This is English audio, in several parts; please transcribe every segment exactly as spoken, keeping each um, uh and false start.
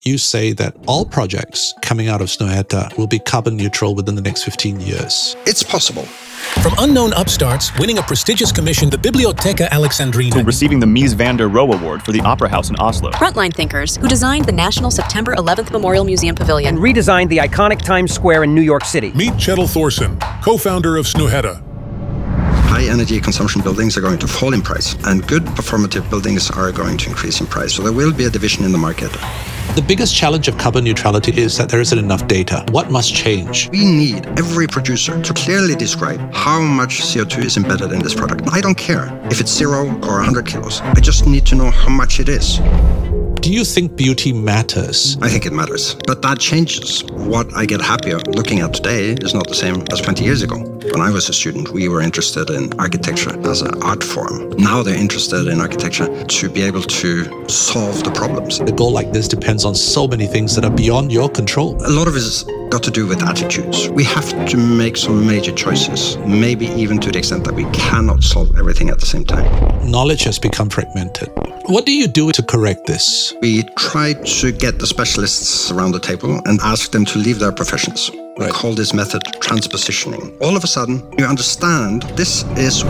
You say that all projects coming out of Snøhetta will be carbon neutral within the next fifteen years. It's possible. From unknown upstarts winning a prestigious commission, the Bibliotheca Alexandrina, to receiving the Mies van der Rohe Award for the Opera House in Oslo. Frontline thinkers who designed the National September eleventh Memorial Museum Pavilion and redesigned the iconic Times Square in New York City. Meet Kjetil Thorsen, co-founder of Snøhetta. High energy consumption buildings are going to fall in price, and good performative buildings are going to increase in price. So there will be a division in the market. The biggest challenge of carbon neutrality is that there isn't enough data. What must change? We need every producer to clearly describe how much C O two is embedded in this product. I don't care if it's zero or one hundred kilos. I just need to know how much it is. Do you think beauty matters? I think it matters, but that changes. What I get happier looking at today is not the same as twenty years ago. When I was a student, we were interested in architecture as an art form. Now they're interested in architecture to be able to solve the problems. A goal like this depends on so many things that are beyond your control. A lot of it has got to do with attitudes. We have to make some major choices, maybe even to the extent that we cannot solve everything at the same time. Knowledge has become fragmented. What do you do to correct this? We try to get the specialists around the table and ask them to leave their professions. We Right. call this method transpositioning. All of a sudden, you understand this is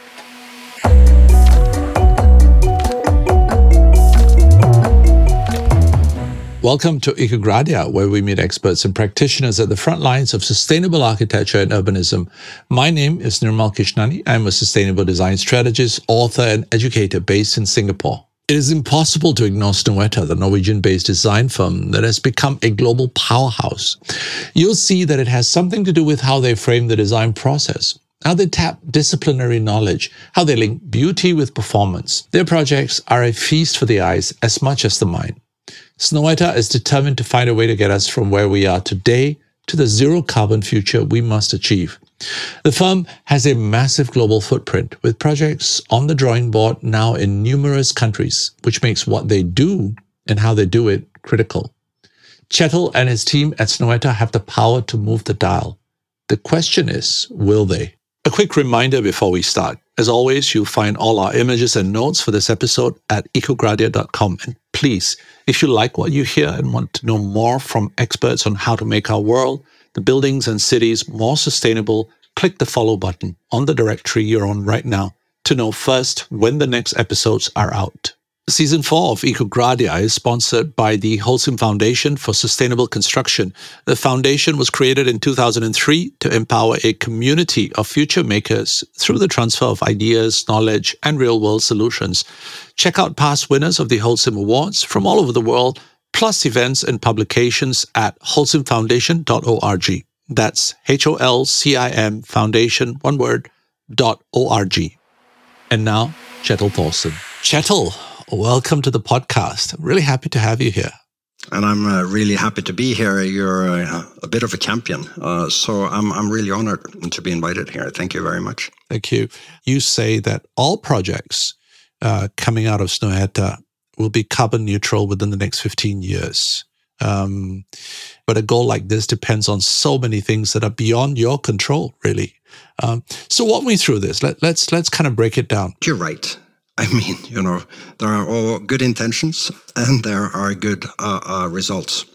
Welcome to EcoGradia, where we meet experts and practitioners at the front lines of sustainable architecture and urbanism. My name is Nirmal Krishnani. I'm a sustainable design strategist, author, and educator based in Singapore. It is impossible to ignore Snøhetta, the Norwegian-based design firm that has become a global powerhouse. You'll see that it has something to do with how they frame the design process, how they tap disciplinary knowledge, how they link beauty with performance. Their projects are a feast for the eyes as much as the mind. Snøhetta is determined to find a way to get us from where we are today to the zero-carbon future we must achieve. The firm has a massive global footprint with projects on the drawing board now in numerous countries, which makes what they do and how they do it critical. Kjetil and his team at Snøhetta have the power to move the dial. The question is, will they? A quick reminder before we start. As always, you'll find all our images and notes for this episode at ecogradia dot com. And please, if you like what you hear and want to know more from experts on how to make our world, the buildings and cities more sustainable, click the follow button on the directory you're on right now to know first when the next episodes are out. Season four of EcoGradia is sponsored by the Holcim Foundation for Sustainable Construction. The foundation was created in two thousand three to empower a community of future makers through the transfer of ideas, knowledge, and real-world solutions. Check out past winners of the Holcim Awards from all over the world, plus events and publications at holcim foundation dot org. That's H O L C I M Foundation, one word, dot O-R-G. And now, Kjetil Thorsen. Kjetil, welcome to the podcast. I'm really happy to have you here. And I'm uh, really happy to be here. You're uh, a bit of a champion. Uh, so I'm I'm really honored to be invited here. Thank you very much. Thank you. You say that all projects uh, coming out of Snøhetta will be carbon neutral within the next fifteen years. Um, but a goal like this depends on so many things that are beyond your control, really. Um, so walk me through this. Let, let's let's kind of break it down. You're right. I mean, you know, there are all good intentions and there are good uh, uh, results.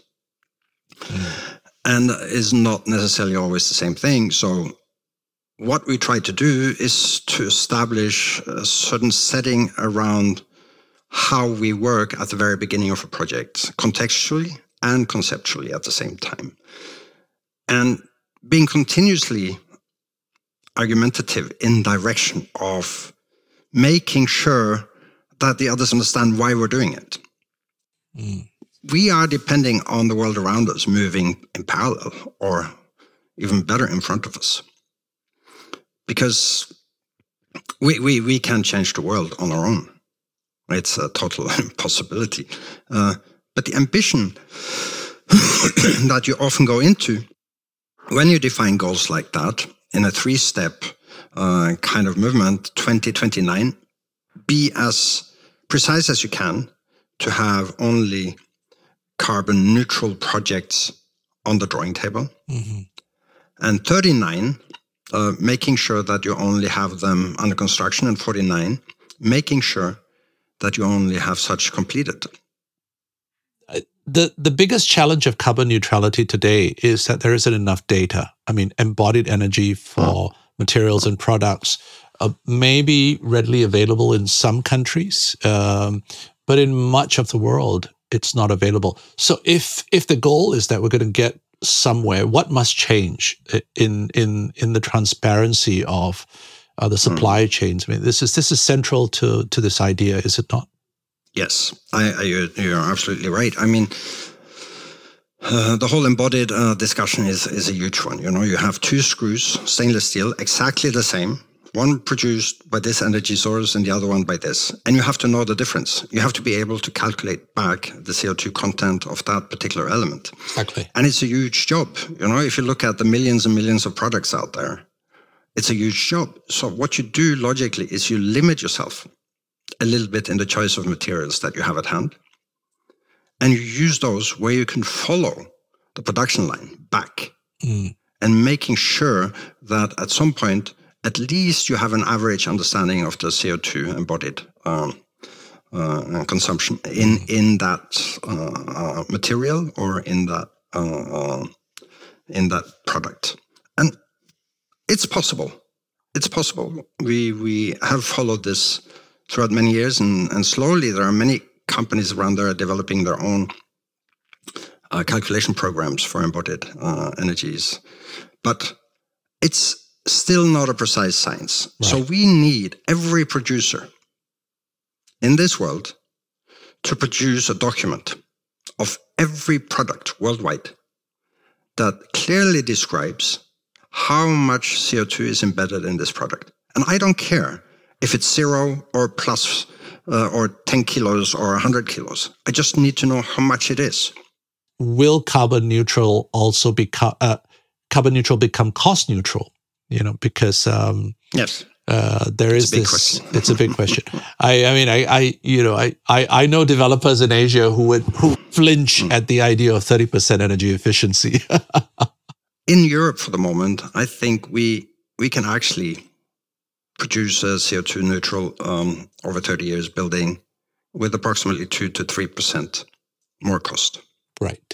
Mm. And it's not necessarily always the same thing. So what we try to do is to establish a certain setting around how we work at the very beginning of a project, contextually and conceptually at the same time. And being continuously argumentative in direction of making sure that the others understand why we're doing it. Mm. We are depending on the world around us moving in parallel or even better in front of us. Because we, we, we can't change the world on our own. It's a total impossibility. Uh, but the ambition that you often go into when you define goals like that in a three-step uh, kind of movement, twenty twenty-nine, be as precise as you can to have only carbon neutral projects on the drawing table. Mm-hmm. And thirty-nine, uh, making sure that you only have them under construction, and forty-nine, making sure that you only have such completed. the, the biggest challenge of carbon neutrality today is that there isn't enough data. I mean, embodied energy for materials and products uh, may be readily available in some countries, um, but in much of the world, it's not available. So if if the goal is that we're going to get somewhere, what must change in in in the transparency of uh, the supply mm. chains? I mean, this is this is central to to this idea, is it not? Yes, I, I, you're absolutely right. I mean, uh, the whole embodied uh, discussion is is a huge one. You know, you have two screws, stainless steel, exactly the same. One produced by this energy source and the other one by this. And you have to know the difference. You have to be able to calculate back the C O two content of that particular element. Exactly. And it's a huge job. You know, if you look at the millions and millions of products out there, it's a huge job. So what you do logically is you limit yourself a little bit in the choice of materials that you have at hand. And you use those where you can follow the production line back mm. and making sure that at some point, at least you have an average understanding of the C O two embodied um, uh, consumption in, in that uh, uh, material or in that uh, uh, in that product. And it's possible. It's possible. We we have followed this throughout many years, and, and slowly there are many companies around there developing their own uh, calculation programs for embodied uh, energies. But it's still not a precise science. Right. So we need every producer in this world to produce a document of every product worldwide that clearly describes how much C O two is embedded in this product. And I don't care if it's zero or plus uh, or ten kilos or one hundred kilos. I just need to know how much it is. Will carbon neutral also become uh, carbon neutral become cost neutral? You know, because um, yes, uh, there it's is this. It's a big question. I, I mean, I, I, you know, I, I, I know developers in Asia who would who flinch mm. at the idea of thirty percent energy efficiency. In Europe, for the moment, I think we we can actually produce a C O two neutral um, over thirty years building with approximately two to three percent more cost. Right.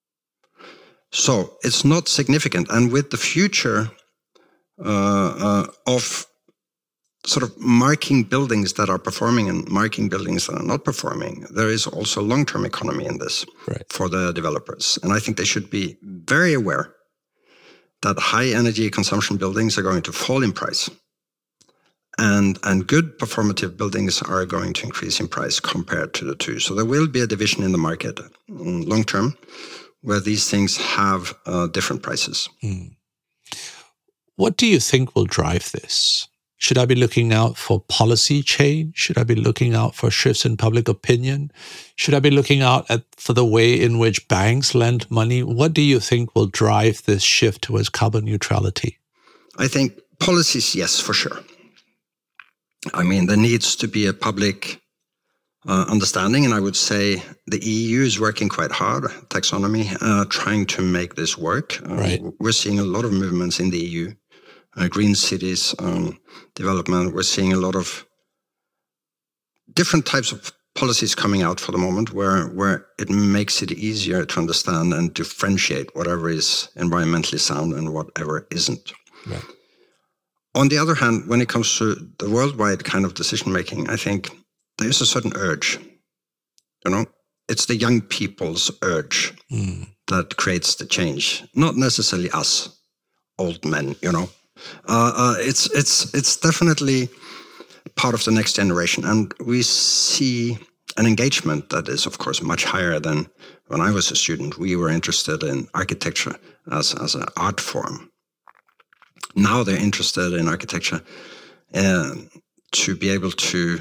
So it's not significant, and with the future. Uh, uh, of sort of marking buildings that are performing and marking buildings that are not performing, there is also long-term economy in this right. for the developers. And I think they should be very aware that high energy consumption buildings are going to fall in price. And, and good performative buildings are going to increase in price compared to the two. So there will be a division in the market long-term where these things have uh, different prices. Mm. What do you think will drive this? Should I be looking out for policy change? Should I be looking out for shifts in public opinion? Should I be looking out at, for the way in which banks lend money? What do you think will drive this shift towards carbon neutrality? I think policies, yes, for sure. I mean, there needs to be a public uh, understanding, and I would say the E U is working quite hard, taxonomy, uh, trying to make this work. Uh, right. We're seeing a lot of movements in the E U. Uh, green cities um, development. We're seeing a lot of different types of policies coming out for the moment where, where it makes it easier to understand and differentiate whatever is environmentally sound and whatever isn't. Right. On the other hand, when it comes to the worldwide kind of decision-making, I think there's a certain urge. You know, it's the young people's urge mm. that creates the change, not necessarily us, old men, you know. Uh, uh, it's it's it's definitely part of the next generation, and we see an engagement that is, of course, much higher than when I was a student. We were interested in architecture as as an art form. Now they're interested in architecture uh, to be able to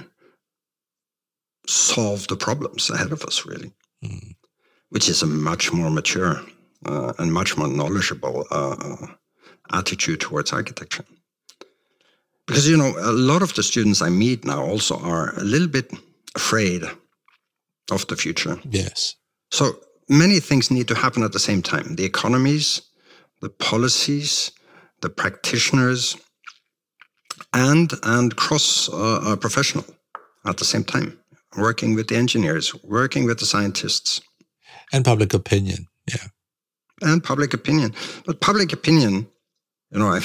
solve the problems ahead of us, really, mm. which is a much more mature uh, and much more knowledgeable Uh, uh, attitude towards architecture. Because, you know, a lot of the students I meet now also are a little bit afraid of the future. Yes. So many things need to happen at the same time. The economies, the policies, the practitioners, and and cross uh, uh, professional at the same time, working with the engineers, working with the scientists. And public opinion, yeah. And public opinion. But public opinion, you know, I,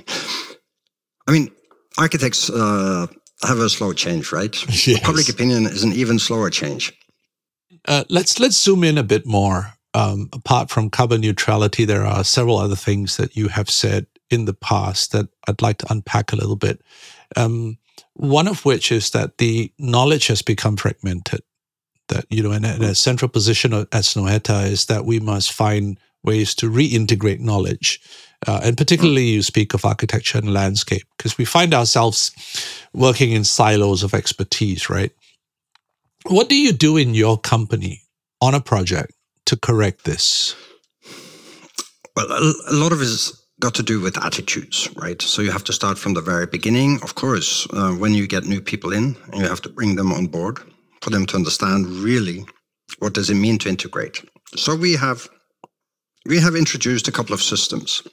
I mean, architects uh, have a slow change, right? Yes. Public opinion is an even slower change. Uh, let's let's zoom in a bit more. Um, apart from carbon neutrality, there are several other things that you have said in the past that I'd like to unpack a little bit. Um, one of which is that the knowledge has become fragmented. That, you know, and a central position at Snøhetta is that we must find ways to reintegrate knowledge. Uh, and particularly you speak of architecture and landscape, because we find ourselves working in silos of expertise, right? What do you do in your company on a project to correct this? Well, a, a lot of it has got to do with attitudes, right? So you have to start from the very beginning. Of course, uh, when you get new people in, you have to bring them on board for them to understand really what does it mean to integrate. So we have we have introduced a couple of systems.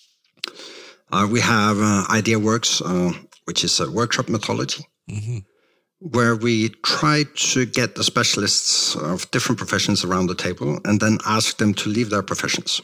Uh, we have uh, IdeaWorks, uh, which is a workshop methodology, mm-hmm. where we try to get the specialists of different professions around the table and then ask them to leave their professions.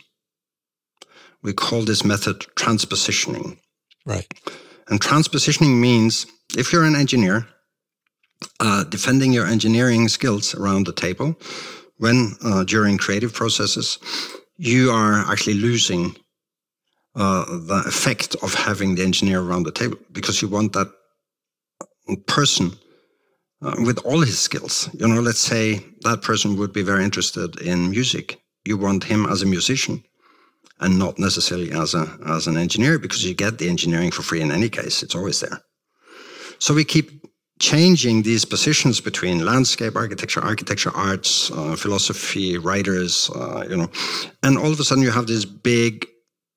We call this method transpositioning. Right. And transpositioning means if you're an engineer, uh, defending your engineering skills around the table, when uh, during creative processes, you are actually losing uh, the effect of having the engineer around the table, because you want that person uh, with all his skills. You know, let's say that person would be very interested in music. You want him as a musician and not necessarily as a as an engineer, because you get the engineering for free in any case. It's always there. So we keep changing these positions between landscape architecture, architecture, arts, uh, philosophy, writers, uh, you know, and all of a sudden you have this big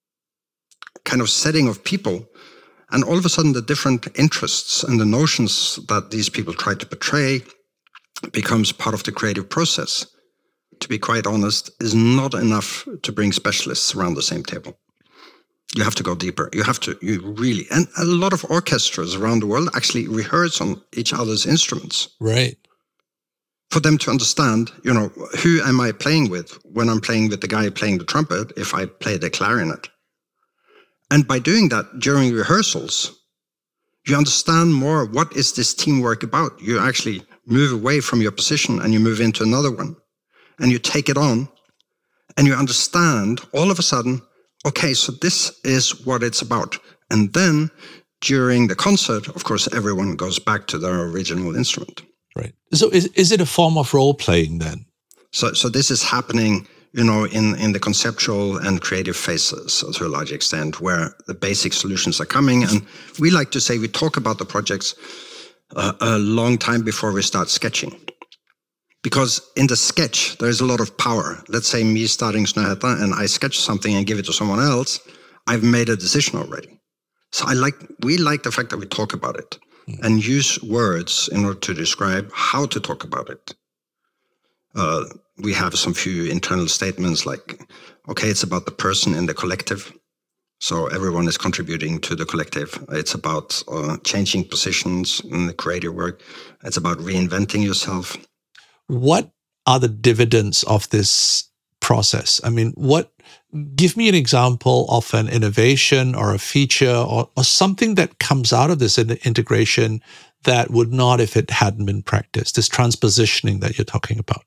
kind of setting of people, and all of a sudden the different interests and the notions that these people try to portray becomes part of the creative process. To be quite honest, is not enough to bring specialists around the same table. You have to go deeper. You have to, you really, and a lot of orchestras around the world actually rehearse on each other's instruments. Right. For them to understand, you know, who am I playing with when I'm playing with the guy playing the trumpet if I play the clarinet? And by doing that during rehearsals, you understand more what is this teamwork about. You actually move away from your position and you move into another one. And you take it on, and you understand all of a sudden, okay, so this is what it's about. And then during the concert, of course, everyone goes back to their original instrument. Right. So is is it a form of role playing then? So so this is happening, you know, in, in the conceptual and creative phases to a large extent, where the basic solutions are coming. And we like to say we talk about the projects uh, a long time before we start sketching. Because in the sketch, there's a lot of power. Let's say me starting Snøhetta and I sketch something and give it to someone else, I've made a decision already. So I like, we like the fact that we talk about it mm. and use words in order to describe how to talk about it. Uh, we have some few internal statements like, okay, it's about the person in the collective. So everyone is contributing to the collective. It's about uh, changing positions in the creative work. It's about reinventing yourself. What are the dividends of this process? I mean, what? Give me an example of an innovation or a feature or, or something that comes out of this integration that would not if it hadn't been practiced, this transpositioning that you're talking about.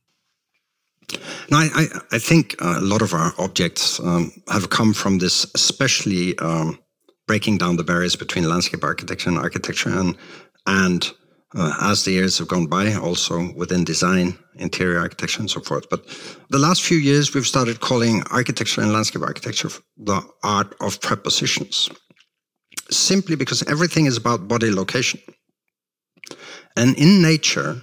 No, I, I, I think a lot of our objects um, have come from this, especially um, breaking down the barriers between landscape architecture and architecture, and and Uh, as the years have gone by, also within design, interior architecture, and so forth. But the last few years, we've started calling architecture and landscape architecture the art of prepositions, simply because everything is about body location. And in nature,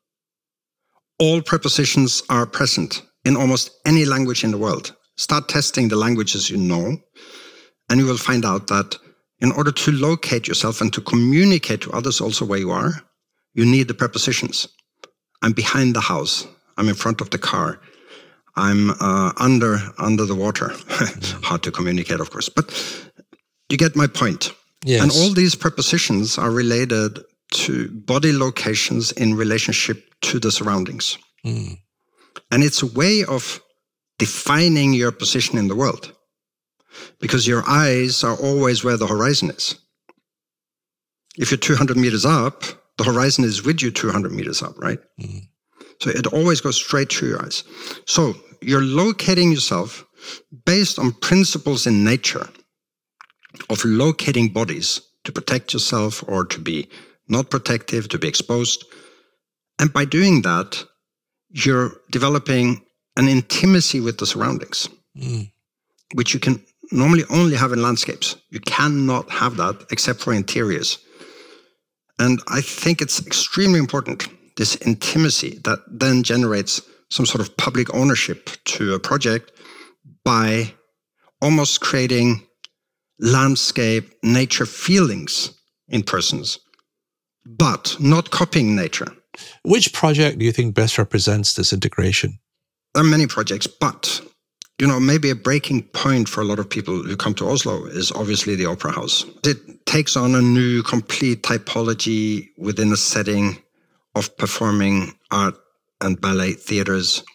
all prepositions are present in almost any language in the world. Start testing the languages you know, and you will find out that in order to locate yourself and to communicate to others also where you are, you need the prepositions. I'm behind the house. I'm in front of the car. I'm uh, under under the water. Hard to communicate, of course. But you get my point. Yes. And all these prepositions are related to body locations in relationship to the surroundings. Mm. And it's a way of defining your position in the world, because your eyes are always where the horizon is. If you're two hundred meters up, the horizon is with you two hundred meters up, right? Mm. So it always goes straight through your eyes. So you're locating yourself based on principles in nature of locating bodies to protect yourself or to be not protective, to be exposed. And by doing that, you're developing an intimacy with the surroundings, mm. which you can normally only have in landscapes. You cannot have that except for interiors. And I think it's extremely important, this intimacy that then generates some sort of public ownership to a project by almost creating landscape, nature feelings in persons, but not copying nature. Which project do you think best represents this integration? There are many projects, but you know, maybe a breaking point for a lot of people who come to Oslo is obviously the Opera House. It takes on a new, complete typology within a setting of performing art and ballet theaters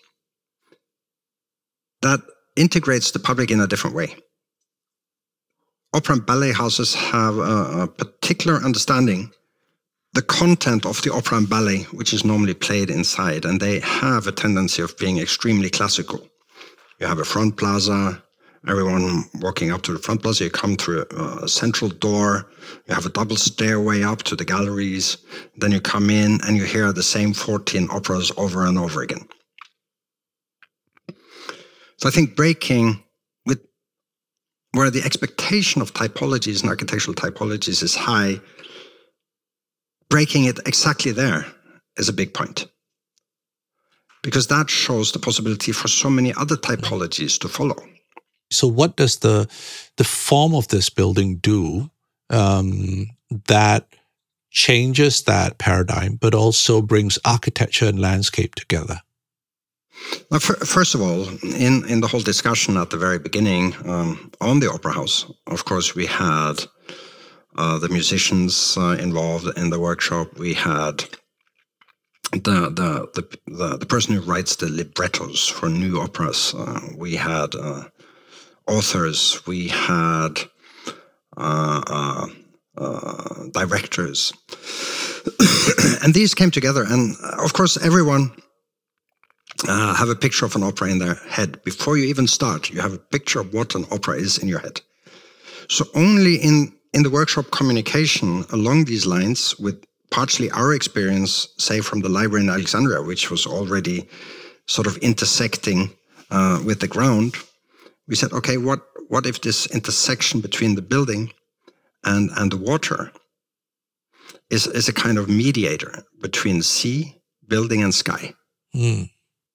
that integrates the public in a different way. Opera and ballet houses have a, a particular understanding, the content of the opera and ballet, which is normally played inside, and they have a tendency of being extremely classical. You have a front plaza, everyone walking up to the front plaza, you come through a, a central door, you have a double stairway up to the galleries, then you come in and you hear the same fourteen operas over and over again. So I think breaking with where the expectation of typologies and architectural typologies is high, breaking it exactly there is a big point. Because that shows the possibility for so many other typologies to follow. So what does the the form of this building do um, that changes that paradigm, but also brings architecture and landscape together? Now, for, first of all, in, in the whole discussion at the very beginning um, on the Opera House, of course, we had uh, the musicians uh, involved in the workshop. We had the the the the, the person who writes the librettos for new operas. Uh, we had uh, authors. We had uh, uh, uh, directors, and these came together. And of course, everyone uh, have a picture of an opera in their head before you even start. You have a picture of what an opera is in your head. So only in in the workshop communication along these lines with partially our experience, say, from the library in Alexandria, which was already sort of intersecting uh, with the ground, we said, okay, what what if this intersection between the building and, and the water is, is a kind of mediator between sea, building, and sky? Mm.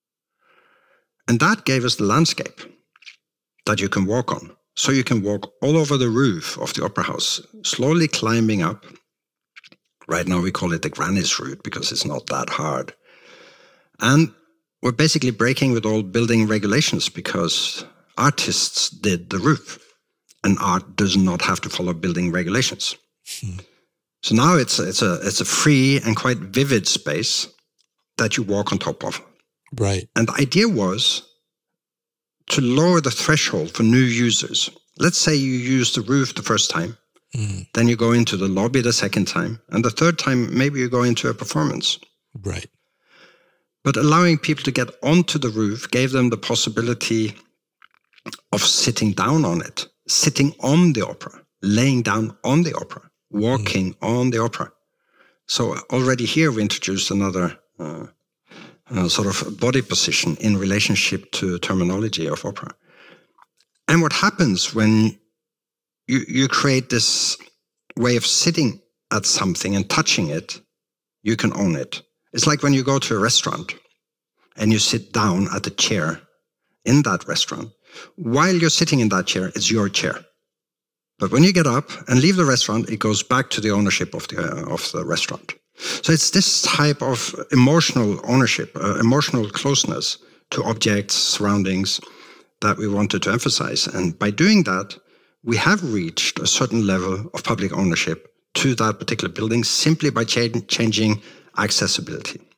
And that gave us the landscape that you can walk on. So you can walk all over the roof of the Opera House, slowly climbing up. Right now we call it the Granny's route because it's not that hard. And we're basically breaking with all building regulations because artists did the roof and art does not have to follow building regulations. Hmm. So now it's it's a it's a free and quite vivid space that you walk on top of. Right. And the idea was to lower the threshold for new users. Let's say you use the roof the first time. Mm. Then you go into the lobby the second time. And the third time, maybe you go into a performance. Right. But allowing people to get onto the roof gave them the possibility of sitting down on it, sitting on the opera, laying down on the opera, walking mm. on the opera. So already here we introduced another uh, uh, sort of body position in relationship to terminology of opera. And what happens when You, you create this way of sitting at something and touching it, you can own it. It's like when you go to a restaurant and you sit down at the chair in that restaurant. While you're sitting in that chair, it's your chair. But when you get up and leave the restaurant, it goes back to the ownership of the, uh, of the restaurant. So it's this type of emotional ownership, uh, emotional closeness to objects, surroundings that we wanted to emphasize. And by doing that, we have reached a certain level of public ownership to that particular building simply by cha- changing accessibility.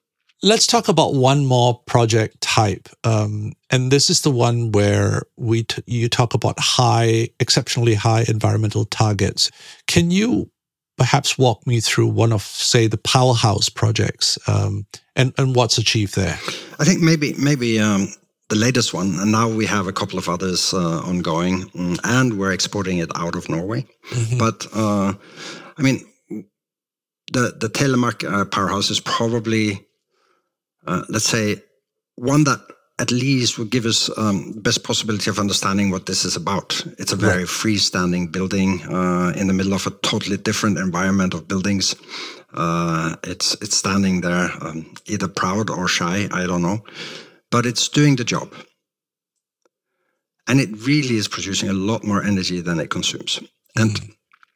Let's talk about one more project type. Um, and this is the one where we t- you talk about high, exceptionally high environmental targets. Can you perhaps walk me through one of, say, the powerhouse projects um, and, and what's achieved there? I think maybe maybe um, the latest one, and now we have a couple of others uh, ongoing, and we're exporting it out of Norway. Mm-hmm. But, uh, I mean, the, the Telemark uh, powerhouse is probably... Uh, let's say, one that at least would give us um, best possibility of understanding what this is about. It's a very right. freestanding building uh, in the middle of a totally different environment of buildings. Uh, it's it's standing there, um, either proud or shy, I don't know. But it's doing the job. And it really is producing a lot more energy than it consumes. Mm-hmm. And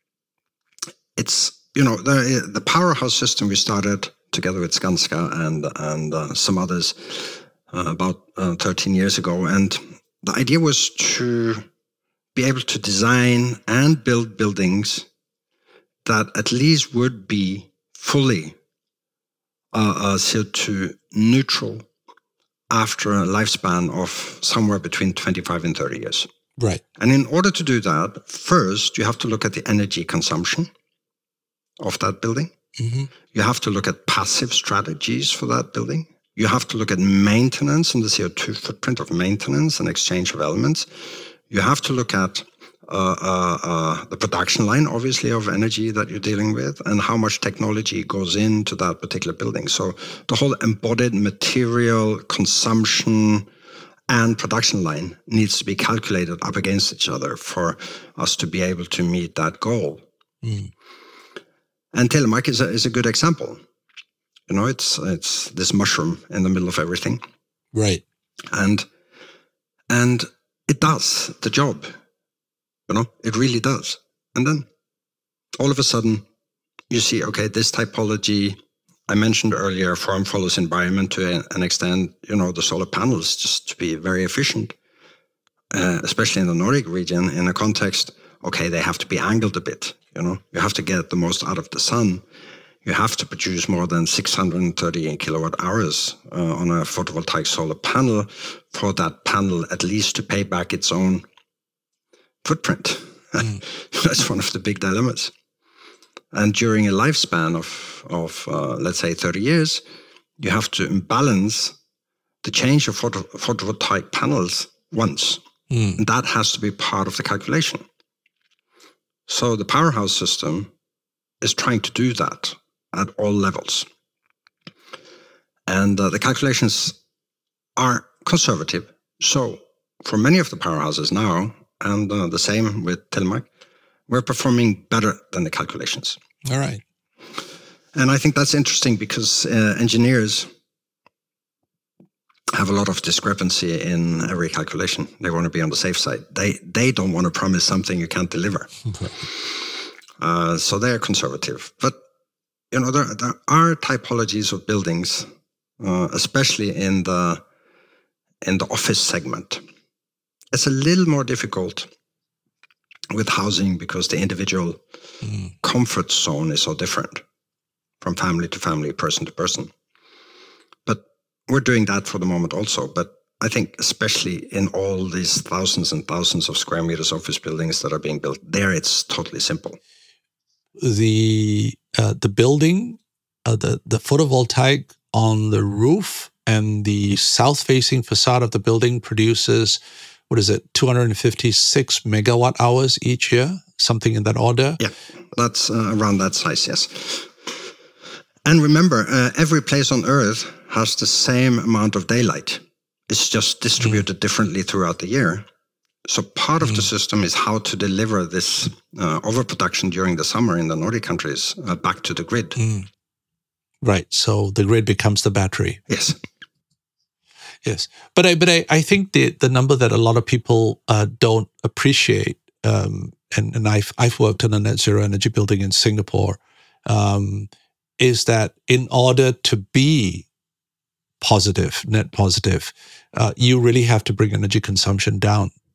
it's, you know, the, the powerhouse system we started together with Skanska and and uh, some others uh, about uh, thirteen years ago. And the idea was to be able to design and build buildings that at least would be fully uh, uh, C O two neutral after a lifespan of somewhere between twenty-five and thirty years. Right. And in order to do that, first you have to look at the energy consumption of that building. Mm-hmm. You have to look at passive strategies for that building. You have to look at maintenance and the C O two footprint of maintenance and exchange of elements. You have to look at uh, uh, uh, the production line, obviously, of energy that you're dealing with and how much technology goes into that particular building. So the whole embodied material consumption and production line needs to be calculated up against each other for us to be able to meet that goal. Mm. And Telemark is a, is a good example. You know, it's it's this mushroom in the middle of everything. Right. And and it does the job. You know, it really does. And then all of a sudden you see, okay, this typology I mentioned earlier, form follows environment to an extent, you know, the solar panels just to be very efficient, uh, especially in the Nordic region in a context, okay, they have to be angled a bit. You know, you have to get the most out of the sun. You have to produce more than six hundred thirty kilowatt hours uh, on a photovoltaic solar panel for that panel at least to pay back its own footprint. Mm. That's one of the big dilemmas. And during a lifespan of, of uh, let's say, thirty years, you have to balance the change of photo, photovoltaic panels once. Mm. And that has to be part of the calculation. So the powerhouse system is trying to do that at all levels. And uh, the calculations are conservative. So for many of the powerhouses now, and uh, the same with Telemark, we're performing better than the calculations. All right. And I think that's interesting because uh, engineers have a lot of discrepancy in every calculation. They want to be on the safe side. They they don't want to promise something you can't deliver. Okay. Uh, so they're conservative. But you know, there there are typologies of buildings, uh, especially in the in the office segment. It's a little more difficult with housing because the individual mm. comfort zone is so different from family to family, person to person. But we're doing that for the moment also. But I think especially in all these thousands and thousands of square meters office buildings that are being built, there it's totally simple. The uh, the building, uh, the, the photovoltaic on the roof and the south-facing facade of the building produces, what is it, two hundred fifty-six megawatt hours each year? Something in that order? Yeah, that's uh, around that size, yes. And remember, uh, every place on Earth has the same amount of daylight. It's just distributed mm. differently throughout the year. So part of mm. the system is how to deliver this uh, overproduction during the summer in the Nordic countries uh, back to the grid. Mm. Right. So the grid becomes the battery. Yes. Yes. But I, but I, I think the, the number that a lot of people uh, don't appreciate, um, and, and I've, I've worked on a net zero energy building in Singapore, um, is that in order to be positive, net positive, uh, you really have to bring energy consumption down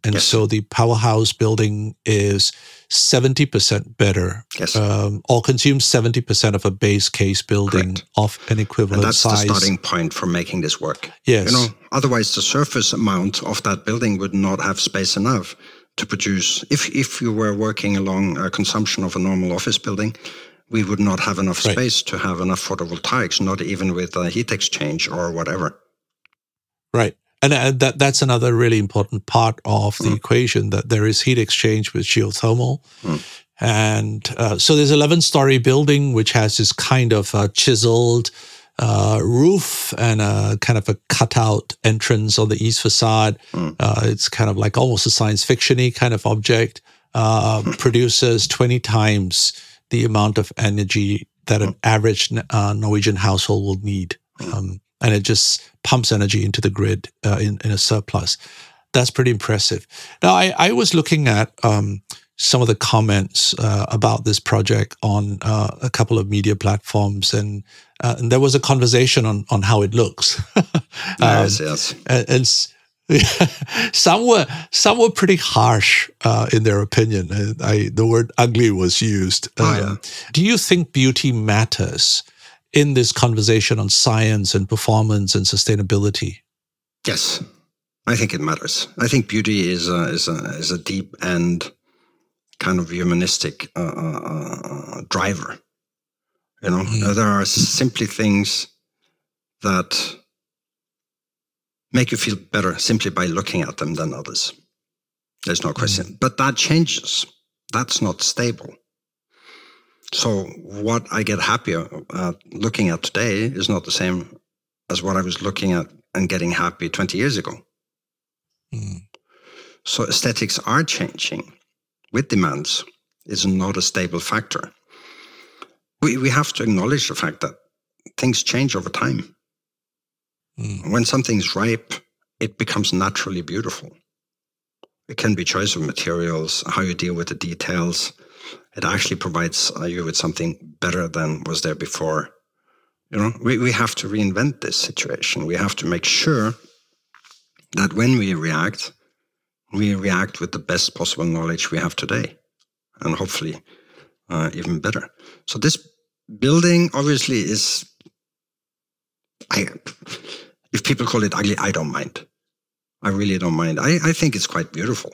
And Yes. so the powerhouse building is seventy percent better, Yes. um, or consumes seventy percent of a base case building Correct. of an equivalent And that's size. the starting point for making this work. Yes. You know, otherwise the surface amount of that building would not have space enough to produce. If if you were working along a consumption of a normal office building, we would not have enough Right. space to have enough photovoltaics, not even with a heat exchange or whatever. Right. And uh, that that's another really important part of the Mm. equation, that there is heat exchange with geothermal. Mm. And uh, so there's an eleven-story building which has this kind of uh, chiseled uh, roof and a kind of a cutout entrance on the east facade. Mm. Uh, it's kind of like almost a science fiction-y kind of object. Uh, produces twenty times the amount of energy that an average uh, Norwegian household will need. Um, and it just pumps energy into the grid uh, in, in a surplus. That's pretty impressive. Now, I, I was looking at um, some of the comments uh, about this project on uh, a couple of media platforms, and, uh, and there was a conversation on, on how it looks. um, Yes, yes. and, and s- some were some were pretty harsh uh, in their opinion. Uh, I, the word "ugly" was used. Oh, yeah. Do you think beauty matters in this conversation on science and performance and sustainability? Yes, I think it matters. I think beauty is a, is a, is a deep and kind of humanistic uh, uh, driver. You know, Mm. there are simply things that make you feel better simply by looking at them than others. There's no question. Mm. But that changes. That's not stable. So what I get happier at looking at today is not the same as what I was looking at and getting happy twenty years ago. Mm. So aesthetics are changing with demands. It's not a stable factor. We, we have to acknowledge the fact that things change over time. Mm. When something's ripe, it becomes naturally beautiful. It can be choice of materials, how you deal with the details. It actually provides you with something better than was there before. You know, we, we have to reinvent this situation. We have to make sure that when we react, we react with the best possible knowledge we have today, and hopefully uh, even better. So this building obviously is, I, if people call it ugly, I don't mind. I really don't mind. I, I think it's quite beautiful.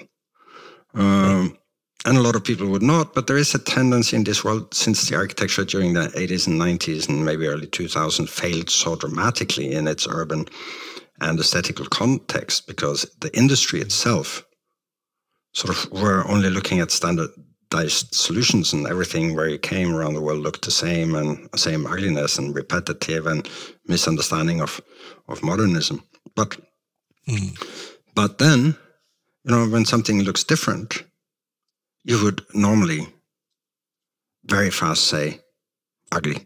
Um, and a lot of people would not, but there is a tendency in this world, since the architecture during the eighties and nineties and maybe early two thousand failed so dramatically in its urban and aesthetical context, because the industry itself sort of were only looking at standardized solutions, and everything where you came around the world looked the same, and same ugliness and repetitive and misunderstanding of, of modernism. But Mm. but then, you know, when something looks different, you would normally very fast say, ugly,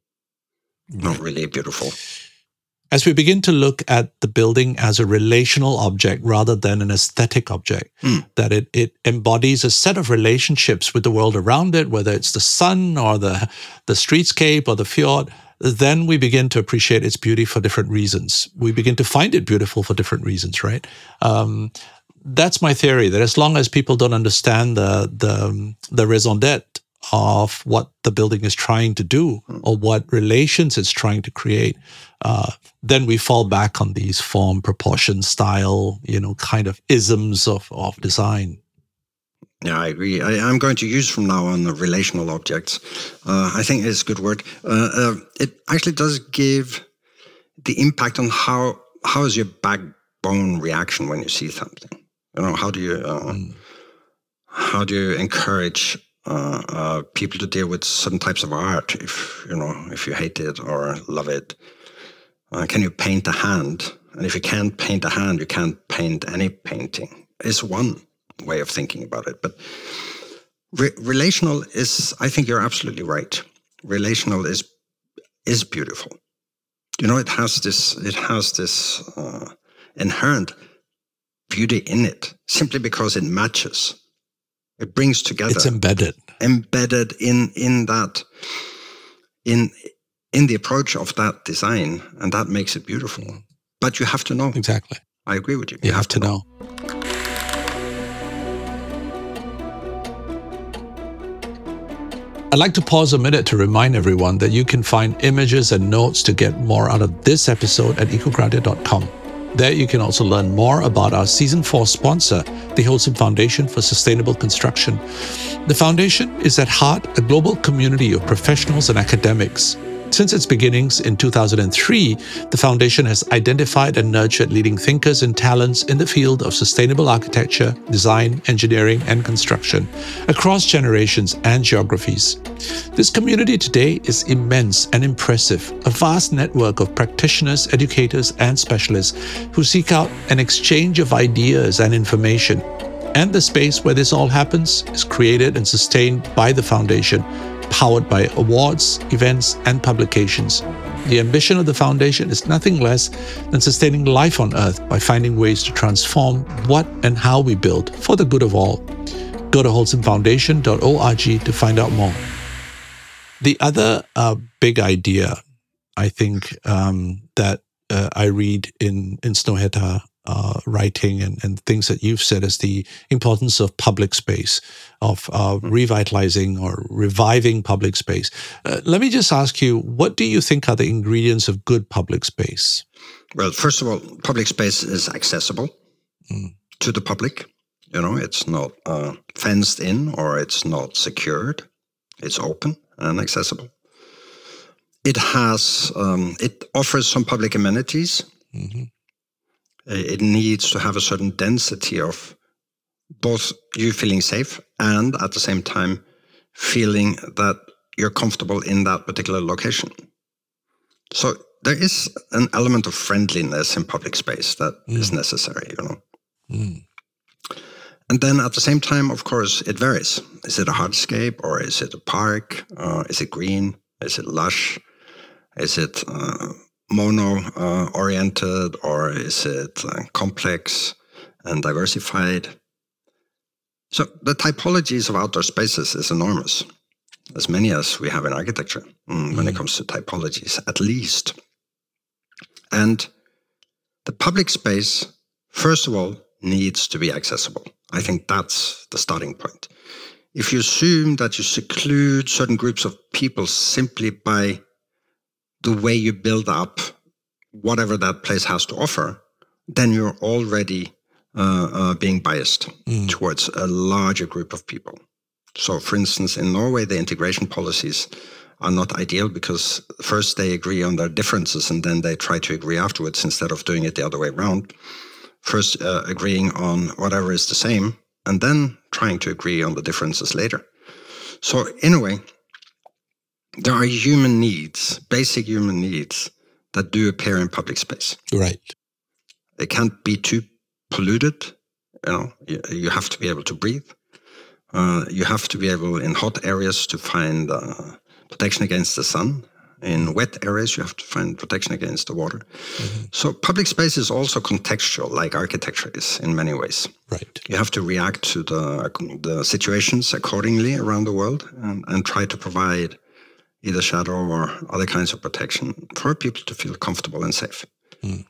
not really beautiful. As we begin to look at the building as a relational object rather than an aesthetic object, Mm. that it, it embodies a set of relationships with the world around it, whether it's the sun or the, the streetscape or the fjord, then we begin to appreciate its beauty for different reasons. We begin to find it beautiful for different reasons, right? Um, that's my theory, that as long as people don't understand the, the, the raison d'etre of what the building is trying to do or what relations it's trying to create, uh, then we fall back on these form, proportion, style, you know, kind of isms of, of design. Yeah, I agree. I, I'm going to use from now on the relational objects. Uh, I think it's a good word. Uh, uh, it actually does give the impact on how how is your backbone reaction when you see something. You know, how do you uh, mm. how do you encourage uh, uh, people to deal with certain types of art? If you know, if you hate it or love it, uh, can you paint a hand? And if you can't paint a hand, you can't paint any painting. It's one way of thinking about it. But re- relational is, I think you're absolutely right. Relational is is beautiful. You know, it has this it has this uh, inherent beauty in it, simply because it matches. It brings together. It's embedded. Embedded in in that in in the approach of that design, and that makes it beautiful. But you have to know. Exactly. I agree with you. You, you have, have to know. know. I'd like to pause a minute to remind everyone that you can find images and notes to get more out of this episode at ecogradia dot com. There you can also learn more about our Season four sponsor, the Holcim Foundation for Sustainable Construction. The foundation is at heart a global community of professionals and academics. Since its beginnings in two thousand three, the foundation has identified and nurtured leading thinkers and talents in the field of sustainable architecture, design, engineering, and construction across generations and geographies. This community today is immense and impressive, a vast network of practitioners, educators, and specialists who seek out an exchange of ideas and information. And the space where this all happens is created and sustained by the foundation, powered by awards, events, and publications. The ambition of the foundation is nothing less than sustaining life on Earth by finding ways to transform what and how we build for the good of all. Go to holcim foundation dot org to find out more. The other uh, big idea, I think, um, that uh, I read in, in Snøhetta Uh, writing and, and things that you've said is the importance of public space, of uh, revitalizing or reviving public space. Uh, let me just ask you, what do you think are the ingredients of good public space? Well, first of all, public space is accessible mm. to the public. You know, it's not uh, fenced in or it's not secured. It's open and accessible. It has, um, it offers some public amenities. Mm-hmm. It needs to have a certain density of both you feeling safe and at the same time feeling that you're comfortable in that particular location. So there is an element of friendliness in public space that mm. is necessary, you know. Mm. And then at the same time, of course, it varies. Is it a hardscape or is it a park? Uh, is it green? Is it lush? Is it Uh, mono-oriented, uh, or is it uh, complex and diversified? So the typologies of outdoor spaces is enormous, as many as we have in architecture mm, mm. when it comes to typologies, at least. And the public space, first of all, needs to be accessible. I think that's the starting point. If you assume that you seclude certain groups of people simply by the way you build up whatever that place has to offer, then you're already uh, uh, being biased mm. towards a larger group of people. So, for instance, in Norway, the integration policies are not ideal because first they agree on their differences and then they try to agree afterwards instead of doing it the other way around. First uh, agreeing on whatever is the same and then trying to agree on the differences later. So, in a way, there are human needs, basic human needs, that do appear in public space. Right. They can't be too polluted. You know, you, you have to be able to breathe. Uh, you have to be able, in hot areas, to find uh, protection against the sun. In wet areas, you have to find protection against the water. Mm-hmm. So public space is also contextual, like architecture is in many ways. Right. You have to react to the, the situations accordingly around the world and, and try to provide either shadow or other kinds of protection for people to feel comfortable and safe. Mm.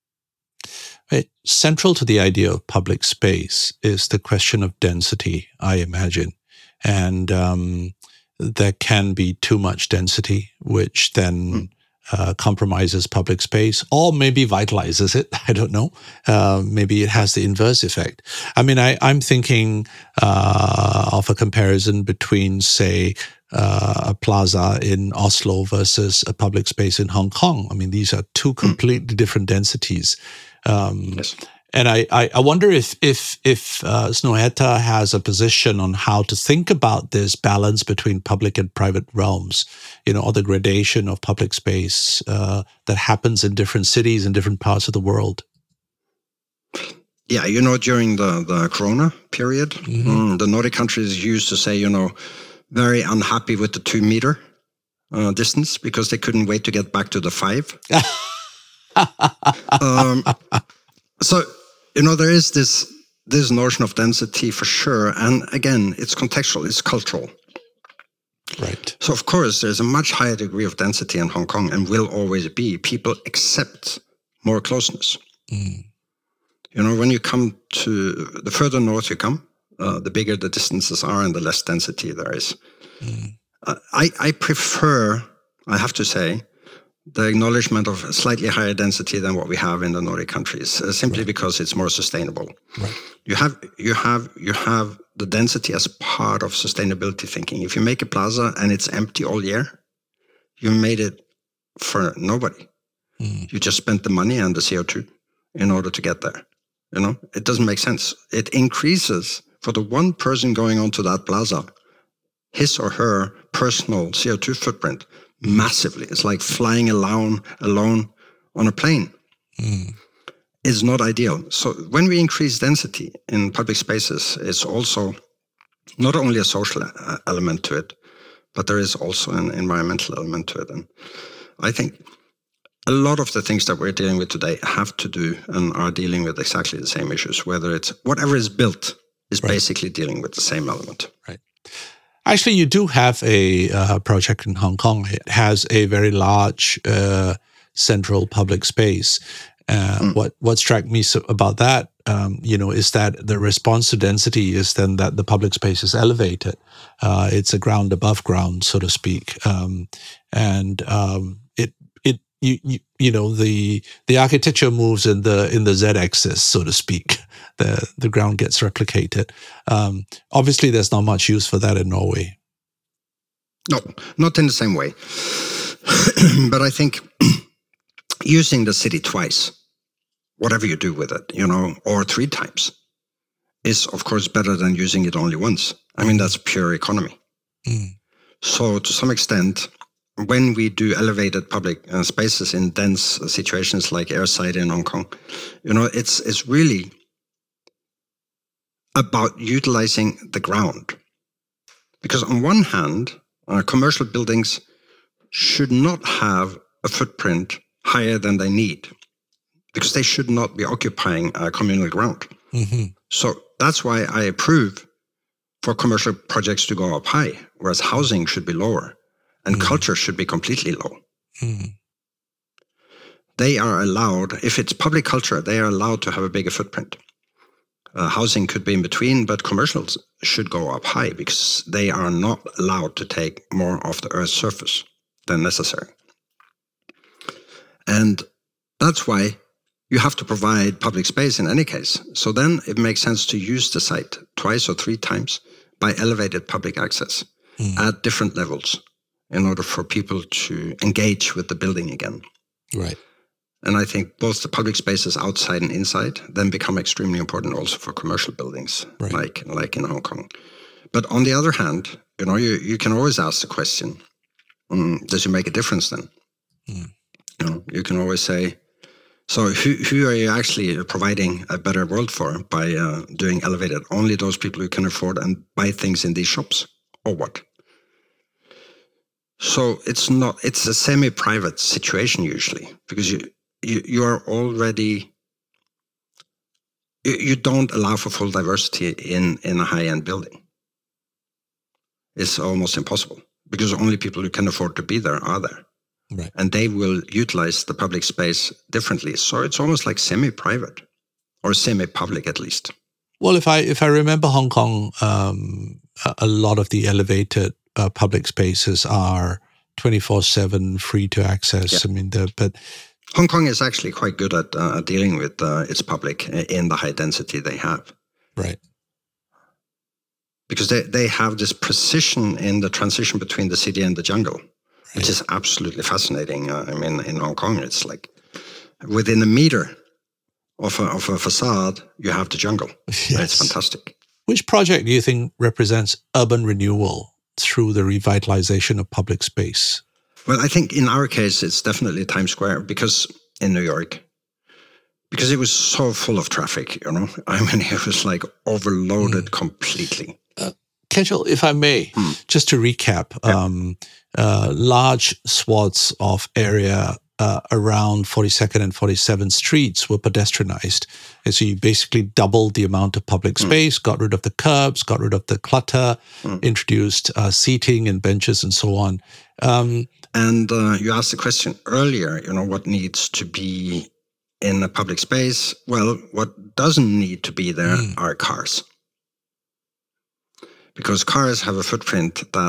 Right. Central to the idea of public space is the question of density, I imagine. And um, there can be too much density, which then mm. uh, compromises public space or maybe vitalizes it. I don't know. Uh, maybe it has the inverse effect. I mean, I, I'm thinking uh, of a comparison between, say, Uh, a plaza in Oslo versus a public space in Hong Kong. I mean, these are two completely different densities. Um, yes. And I, I, I wonder if if if uh, Snøhetta has a position on how to think about this balance between public and private realms, you know, or the gradation of public space uh, that happens in different cities in different parts of the world. Yeah, you know, during the, the Corona period, mm-hmm. mm, the Nordic countries used to say, you know, very unhappy with the two meter uh, distance because they couldn't wait to get back to the five. um, so, you know, there is this this notion of density for sure. And again, it's contextual, it's cultural. Right. So, of course, there's a much higher degree of density in Hong Kong and will always be. People accept more closeness. Mm. You know, when you come to the further north you come, Uh, the bigger the distances are and the less density there is. Mm. I, I prefer, I have to say, the acknowledgement of a slightly higher density than what we have in the Nordic countries, uh, simply right. because it's more sustainable. Right. You have you have you have the density as part of sustainability thinking. If you make a plaza and it's empty all year, you made it for nobody. Mm. You just spent the money and the C O two in order to get there. You know, it doesn't make sense. It increases for the one person going onto that plaza, his or her personal C O two footprint massively. It's like flying alone, alone on a plane. Mm. It's not ideal. So when we increase density in public spaces, it's also not only a social element to it, but there is also an environmental element to it. And I think a lot of the things that we're dealing with today have to do and are dealing with exactly the same issues, whether it's whatever is built is right. basically dealing with the same element. Right. Actually, you do have a uh, project in Hong Kong. It has a very large uh, central public space. Uh, mm. What what struck me so about that, um, you know, is that the response to density is then that the public space is elevated. Uh, it's a ground above ground, so to speak, um, and um, it it you, you you know the the architecture moves in the in the z-axis, so to speak. The the ground gets replicated. Um, obviously, there's not much use for that in Norway. No, not in the same way. But I think using the city twice, whatever you do with it, you know, or three times, is of course better than using it only once. I mean, that's pure economy. Mm. So to some extent, when we do elevated public uh, spaces in dense situations like Airside in Hong Kong, you know, it's it's really about utilizing the ground. Because on one hand, uh, commercial buildings should not have a footprint higher than they need, because they should not be occupying uh, communal ground. Mm-hmm. So that's why I approve for commercial projects to go up high, whereas housing should be lower and mm-hmm. culture should be completely low. Mm-hmm. They are allowed, if it's public culture, they are allowed to have a bigger footprint. Uh, housing could be in between, but commercials should go up high because they are not allowed to take more of the Earth's surface than necessary. And that's why you have to provide public space in any case. So then it makes sense to use the site twice or three times by elevated public access mm. at different levels in order for people to engage with the building again. Right. And I think both the public spaces outside and inside then become extremely important also for commercial buildings, right. like like in Hong Kong. But on the other hand, you know, you, you can always ask the question, um, does it make a difference then? Mm. You know, you can always say, so who who are you actually providing a better world for by uh, doing elevated? Only those people who can afford and buy things in these shops, or what? So it's not, it's a semi-private situation usually, because you you, you are already, you, you don't allow for full diversity in, in a high-end building. It's almost impossible, because only people who can afford to be there are there. Right. And they will utilize the public space differently. So it's almost like semi-private, or semi-public at least. Well, if I if I remember Hong Kong, um, a lot of the elevated uh, public spaces are twenty-four seven free to access. Yeah. I mean, the, but Hong Kong is actually quite good at uh, dealing with uh, its public in the high density they have. Right. Because they, they have this precision in the transition between the city and the jungle, right. which is absolutely fascinating. Uh, I mean, in Hong Kong, it's like within a meter of a, of a facade, you have the jungle. Yes. It's fantastic. Which project do you think represents urban renewal through the revitalization of public space? Well, I think in our case, it's definitely Times Square, because in New York, because it was so full of traffic, you know, I mean, it was like overloaded mm. completely. Uh, Kjell, if I may, mm. just to recap, yeah. um, uh, large swaths of area uh, around forty-second and forty-seventh streets were pedestrianized. And so you basically doubled the amount of public space, mm. got rid of the curbs, got rid of the clutter, mm. introduced uh, seating and benches and so on. Um, and uh, you asked the question earlier, you know, what needs to be in a public space? Well, what doesn't need to be there mm. are cars. Because cars have a footprint that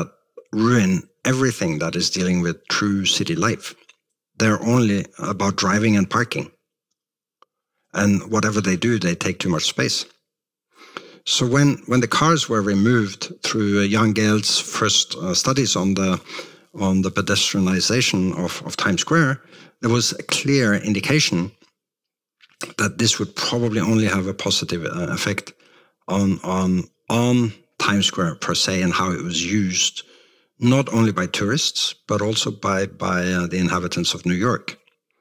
ruin everything that is dealing with true city life. They're only about driving and parking. And whatever they do, they take too much space. So when, when the cars were removed through Jan Gehld's first uh, studies on the on the pedestrianization of, of Times Square, there was a clear indication that this would probably only have a positive uh, effect on on on Times Square per se and how it was used, not only by tourists but also by by uh, the inhabitants of New York.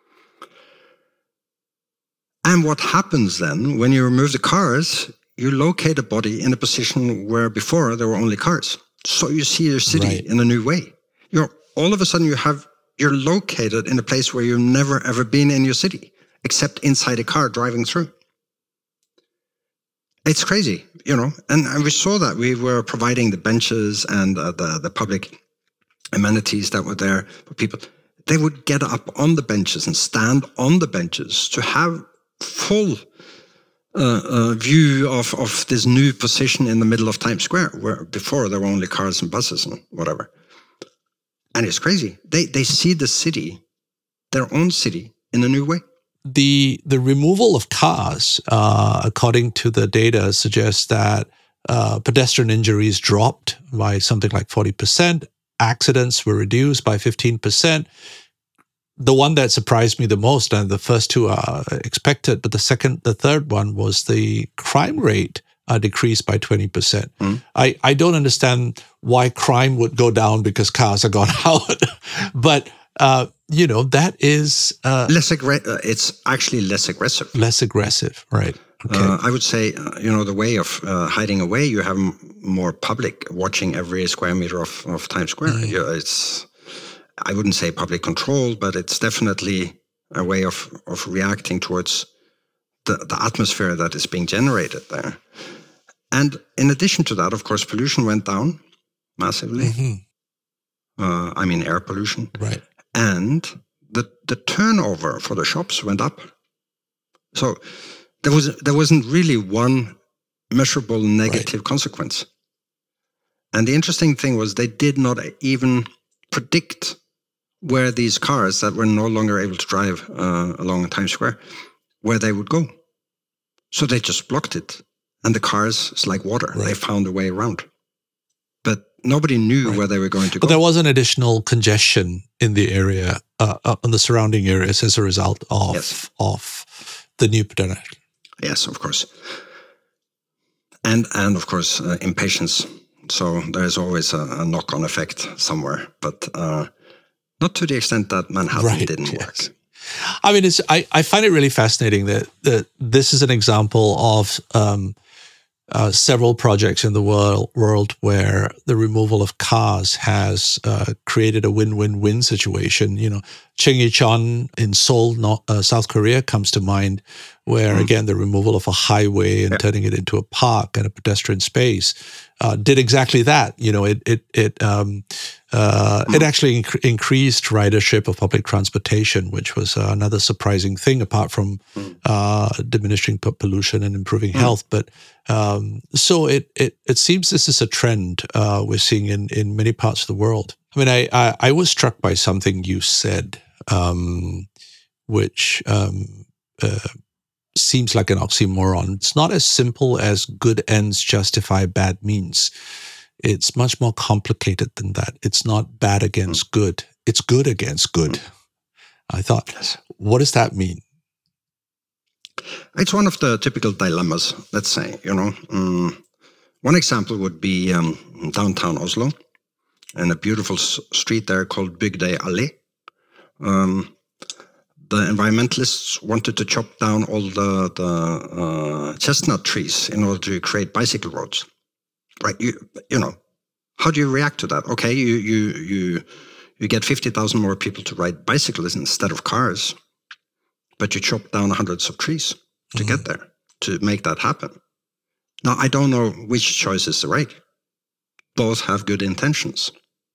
And what happens then when you remove the cars? You locate a body in a position where before there were only cars. So you see your city right. in a new way. You're all of a sudden you have you're located in a place where you've never ever been in your city, except inside a car driving through. It's crazy, you know. And, and we saw that we were providing the benches and uh, the the public amenities that were there for people. They would get up on the benches and stand on the benches to have full Uh, uh, view of, of this new position in the middle of Times Square, where before there were only cars and buses and whatever. And it's crazy. They they see the city, their own city, in a new way. The the removal of cars, uh, according to the data, suggests that uh, pedestrian injuries dropped by something like forty percent. Accidents were reduced by fifteen percent. The one that surprised me the most, and the first two are expected, but the second, the third one was the crime rate uh, decreased by twenty percent. Mm. I, I don't understand why crime would go down because cars are gone out. But, uh, you know, that is... Uh, less aggr- uh, it's actually less aggressive. Less aggressive, right. Okay. Uh, I would say, uh, you know, the way of uh, hiding away, you have m- more public watching every square meter of, of Times Square. Mm. Yeah, it's... I wouldn't say public control, but it's definitely a way of, of reacting towards the, the atmosphere that is being generated there. And in addition to that, of course, pollution went down massively. Mm-hmm. Uh, I mean, air pollution. Right. And the, the turnover for the shops went up. So there was there wasn't really one measurable negative right. consequence. And the interesting thing was they did not even predict where these cars that were no longer able to drive uh, along Times Square, where they would go. So they just blocked it. And the cars, it's like water. Right. They found a way around. But nobody knew right. where they were going to go. But there was an additional congestion in the area, uh, uh, in the surrounding areas as a result of, yes. of the new pedestrian. Yes, of course. And, and of course, uh, impatience. So there's always a, a knock-on effect somewhere. But... Uh, Not to the extent that Manhattan right, didn't work. Yes. I mean, it's, I, I find it really fascinating that, that this is an example of um, uh, several projects in the world, world where the removal of cars has uh, created a win-win-win situation. You know, Cheonggyecheon in Seoul, North, uh, South Korea comes to mind, where, mm. again, the removal of a highway and yeah. turning it into a park and a pedestrian space uh, did exactly that. You know, it it it um, uh, mm. it actually inc- increased ridership of public transportation, which was uh, another surprising thing, apart from mm. uh, diminishing pollution and improving mm. health. But um, so it it it seems this is a trend uh, we're seeing in in many parts of the world. I mean, I I, I was struck by something you said, um, which. Um, uh, seems like an oxymoron. It's not as simple as good ends justify bad means. It's much more complicated than that. It's not bad against mm. good. It's good against good. Mm. I thought, yes. What does that mean? It's one of the typical dilemmas, let's say, you know. Um, one example would be um, downtown Oslo, and a beautiful s- street there called Bygdøy Allé. Um, The environmentalists wanted to chop down all the, the uh, chestnut trees in order to create bicycle roads. Right? You you know, how do you react to that? Okay, you you you you get fifty thousand more people to ride bicycles instead of cars, but you chop down hundreds of trees to mm-hmm. get there, to make that happen. Now, I don't know which choice is the right. Both have good intentions.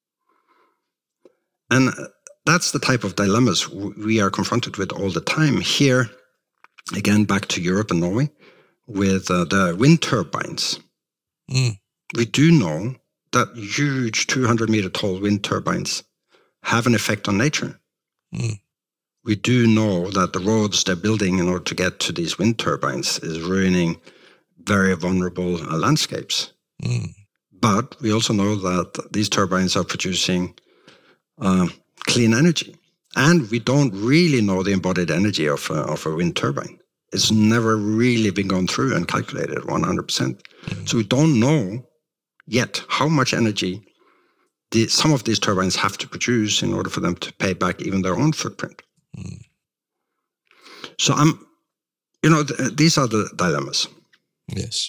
And that's the type of dilemmas we are confronted with all the time. Here, again, back to Europe and Norway, with uh, the wind turbines. Mm. We do know that huge two hundred meter tall wind turbines have an effect on nature. Mm. We do know that the roads they're building in order to get to these wind turbines is ruining very vulnerable uh, landscapes. Mm. But we also know that these turbines are producing uh, clean energy. And we don't really know the embodied energy of, uh, of a wind turbine. It's never really been gone through and calculated one hundred percent. Mm. So we don't know yet how much energy the, some of these turbines have to produce in order for them to pay back even their own footprint. Mm. So I'm, you know, th- these are the dilemmas. Yes.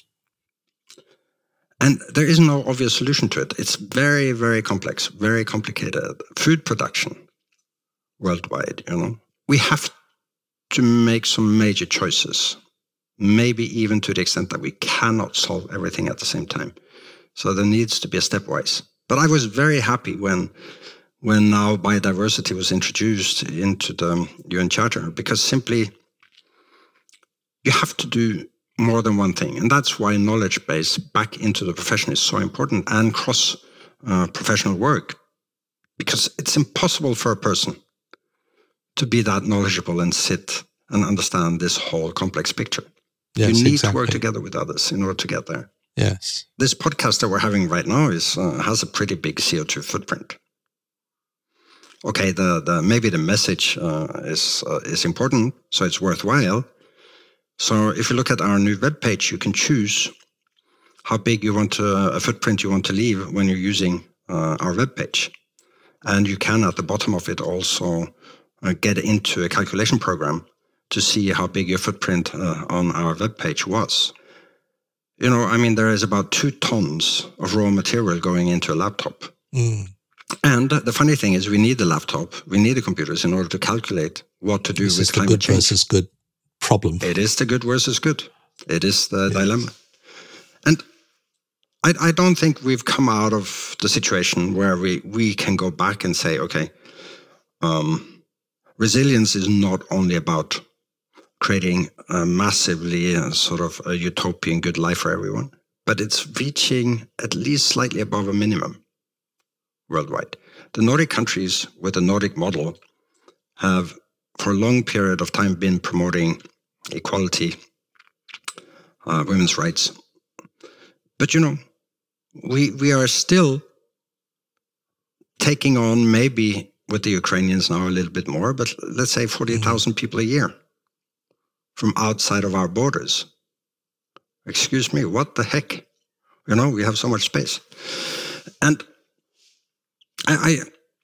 And there is no obvious solution to it. It's very, very complex, very complicated. Food production worldwide, you know. We have to make some major choices, maybe even to the extent that we cannot solve everything at the same time. So there needs to be a stepwise. But I was very happy when when now biodiversity was introduced into the U N Charter, because simply you have to do more than one thing. And that's why knowledge base back into the profession is so important, and cross uh, professional work, because it's impossible for a person to be that knowledgeable and sit and understand this whole complex picture. Yes, you need exactly. to work together with others in order to get there. Yes. This podcast that we're having right now is uh, has a pretty big C O two footprint. Okay, the, the maybe the message uh, is uh, is important, so it's worthwhile. So if you look at our new webpage, you can choose how big you want to, a footprint you want to leave when you're using uh, our webpage. And you can, at the bottom of it, also uh, get into a calculation program to see how big your footprint uh, on our webpage was. You know, I mean, there is about two tons of raw material going into a laptop. Mm. And the funny thing is, we need the laptop, we need the computers in order to calculate what to do this with is climate the good change. Versus good problem. It is the good versus good. It is the yes. dilemma. And I, I don't think we've come out of the situation where we, we can go back and say, okay, um, resilience is not only about creating a massively uh, sort of a utopian good life for everyone, but it's reaching at least slightly above a minimum worldwide. The Nordic countries with the Nordic model have for a long period of time been promoting equality, uh, women's rights. But, you know, we we are still taking on, maybe with the Ukrainians now a little bit more, but let's say forty thousand mm-hmm. people a year from outside of our borders. Excuse me, what the heck? You know, we have so much space. And I... I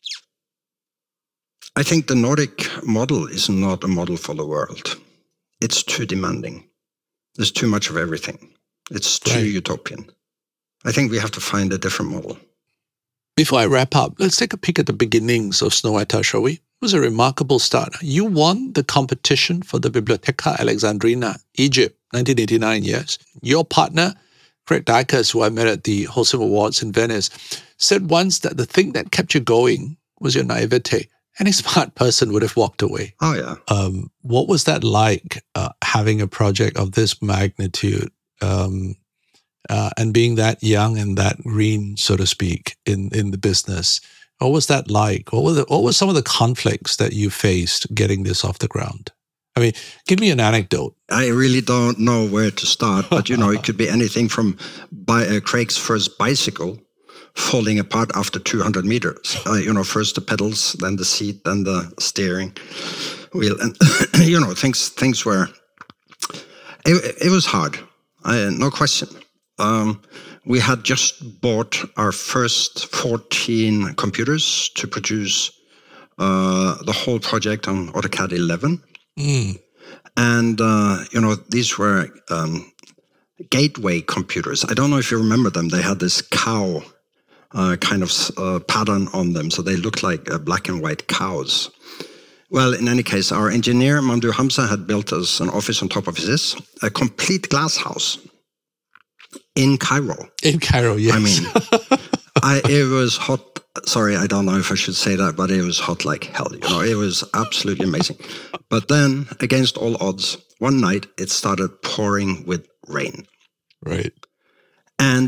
I think the Nordic model is not a model for the world. It's too demanding. There's too much of everything. It's too right. utopian. I think we have to find a different model. Before I wrap up, let's take a peek at the beginnings of Snøhetta, shall we? It was a remarkable start. You won the competition for the Bibliotheca Alexandrina, Egypt, nineteen eighty-nine, yes. Your partner, Craig Dykers, who I met at the Holcim Awards in Venice, said once that the thing that kept you going was your naivete. Any smart person would have walked away. Oh, yeah. Um, what was that like, uh, having a project of this magnitude um, uh, and being that young and that green, so to speak, in, in the business? What was that like? What were the, what were some of the conflicts that you faced getting this off the ground? I mean, give me an anecdote. I really don't know where to start, but, you know, it could be anything from by, uh, Craig's first bicycle falling apart after two hundred meters. Uh, you know, first the pedals, then the seat, then the steering wheel. And, you know, things things were... It, it was hard, uh, no question. Um, we had just bought our first fourteen computers to produce uh, the whole project on AutoCAD eleven. Mm. And, uh, you know, these were um, gateway computers. I don't know if you remember them. They had this cow Uh, kind of uh, pattern on them, so they looked like uh, black and white cows. Well, in any case, our engineer, Mandu Hamza, had built us an office on top of his, a complete glass house in Cairo. In Cairo, yes. I mean, I, it was hot. Sorry, I don't know if I should say that, but it was hot like hell. You know, it was absolutely amazing. But then, against all odds, one night it started pouring with rain. Right. And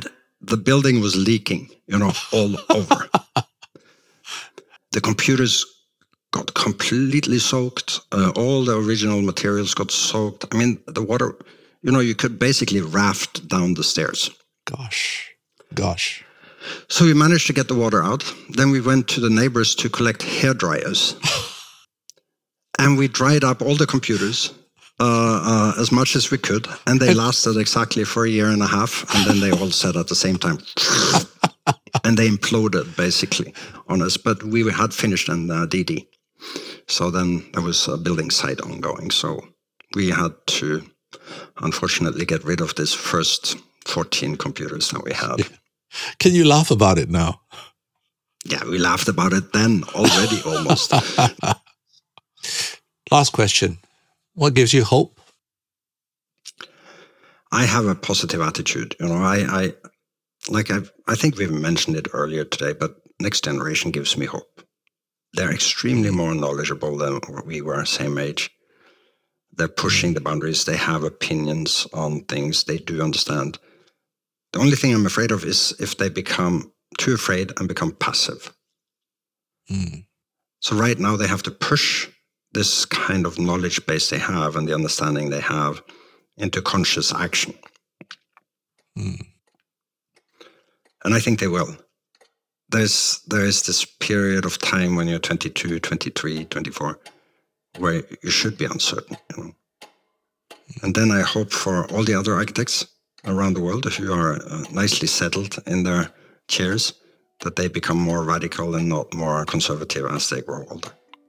the building was leaking, you know, all over. The computers got completely soaked. Uh, all the original materials got soaked. I mean, the water, you know, you could basically raft down the stairs. Gosh, gosh. So we managed to get the water out. Then we went to the neighbors to collect hair dryers. And we dried up all the computers uh, uh, as much as we could. And they lasted exactly for a year and a half. And then they all said at the same time, and they imploded basically on us. But we had finished in uh, D D. So then there was a building site ongoing. So we had to, unfortunately, get rid of this first fourteen computers that we had. Can you laugh about it now? Yeah, we laughed about it then already almost. Last question. What gives you hope? I have a positive attitude. You know, I, I like I I think we've mentioned it earlier today, but next generation gives me hope. They're extremely more knowledgeable than we were, same age. They're pushing the boundaries. They have opinions on things. They do understand. The only thing I'm afraid of is if they become too afraid and become passive. Mm. So right now they have to push this kind of knowledge base they have and the understanding they have into conscious action. Mm. And I think they will. There's there is this period of time when you're twenty-two, twenty-three, twenty-four, where you should be uncertain, you know. And then I hope for all the other architects around the world who are uh, nicely settled in their chairs, that they become more radical and not more conservative as they grow older.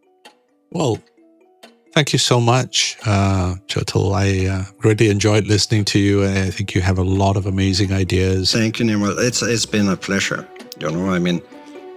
Well, thank you so much, uh, Kjetil. I uh, really enjoyed listening to you, and I think you have a lot of amazing ideas. Thank you, Nirmal. It's it's been a pleasure. You know, I mean,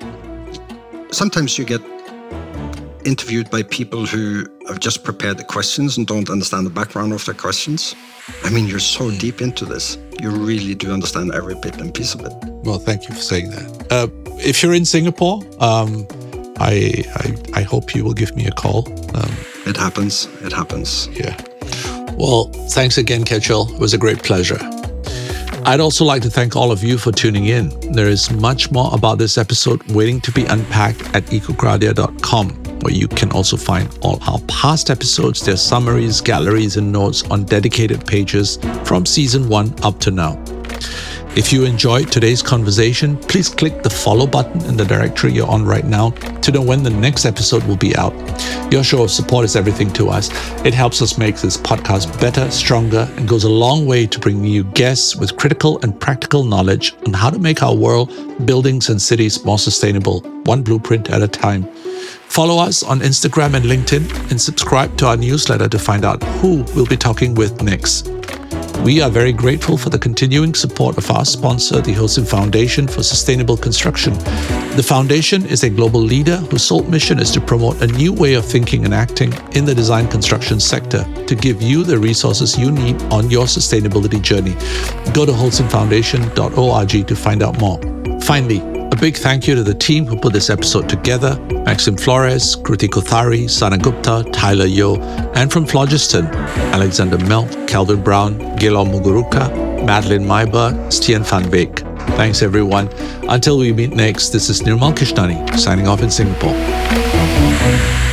sometimes you get interviewed by people who have just prepared the questions and don't understand the background of their questions. I mean, you're so deep into this. You really do understand every bit and piece of it. Well, thank you for saying that. Uh, if you're in Singapore, um, I, I I hope you will give me a call. Um, it happens. It happens. Yeah. Well, thanks again, Kjetil. It was a great pleasure. I'd also like to thank all of you for tuning in. There is much more about this episode waiting to be unpacked at ecogradia dot com, where you can also find all our past episodes, their summaries, galleries, and notes on dedicated pages from season one up to now. If you enjoyed today's conversation, please click the follow button in the directory you're on right now to know when the next episode will be out. Your show of support is everything to us. It helps us make this podcast better, stronger, and goes a long way to bringing you guests with critical and practical knowledge on how to make our world, buildings, and cities more sustainable, one blueprint at a time. Follow us on Instagram and LinkedIn, and subscribe to our newsletter to find out who we'll be talking with next. We are very grateful for the continuing support of our sponsor, the Holcim Foundation for Sustainable Construction. The foundation is a global leader whose sole mission is to promote a new way of thinking and acting in the design construction sector to give you the resources you need on your sustainability journey. Go to holcim foundation dot org to find out more. Finally, a big thank you to the team who put this episode together: Maxim Flores, Kruti Kothari, Sana Gupta, Tyler Yo, and from Phlogiston, Alexander Melt, Calvin Brown, Guillaume Muguruza, Madeline Myber, Stian van Beek. Thanks, everyone. Until we meet next, this is Nirmal Krishnani, signing off in Singapore.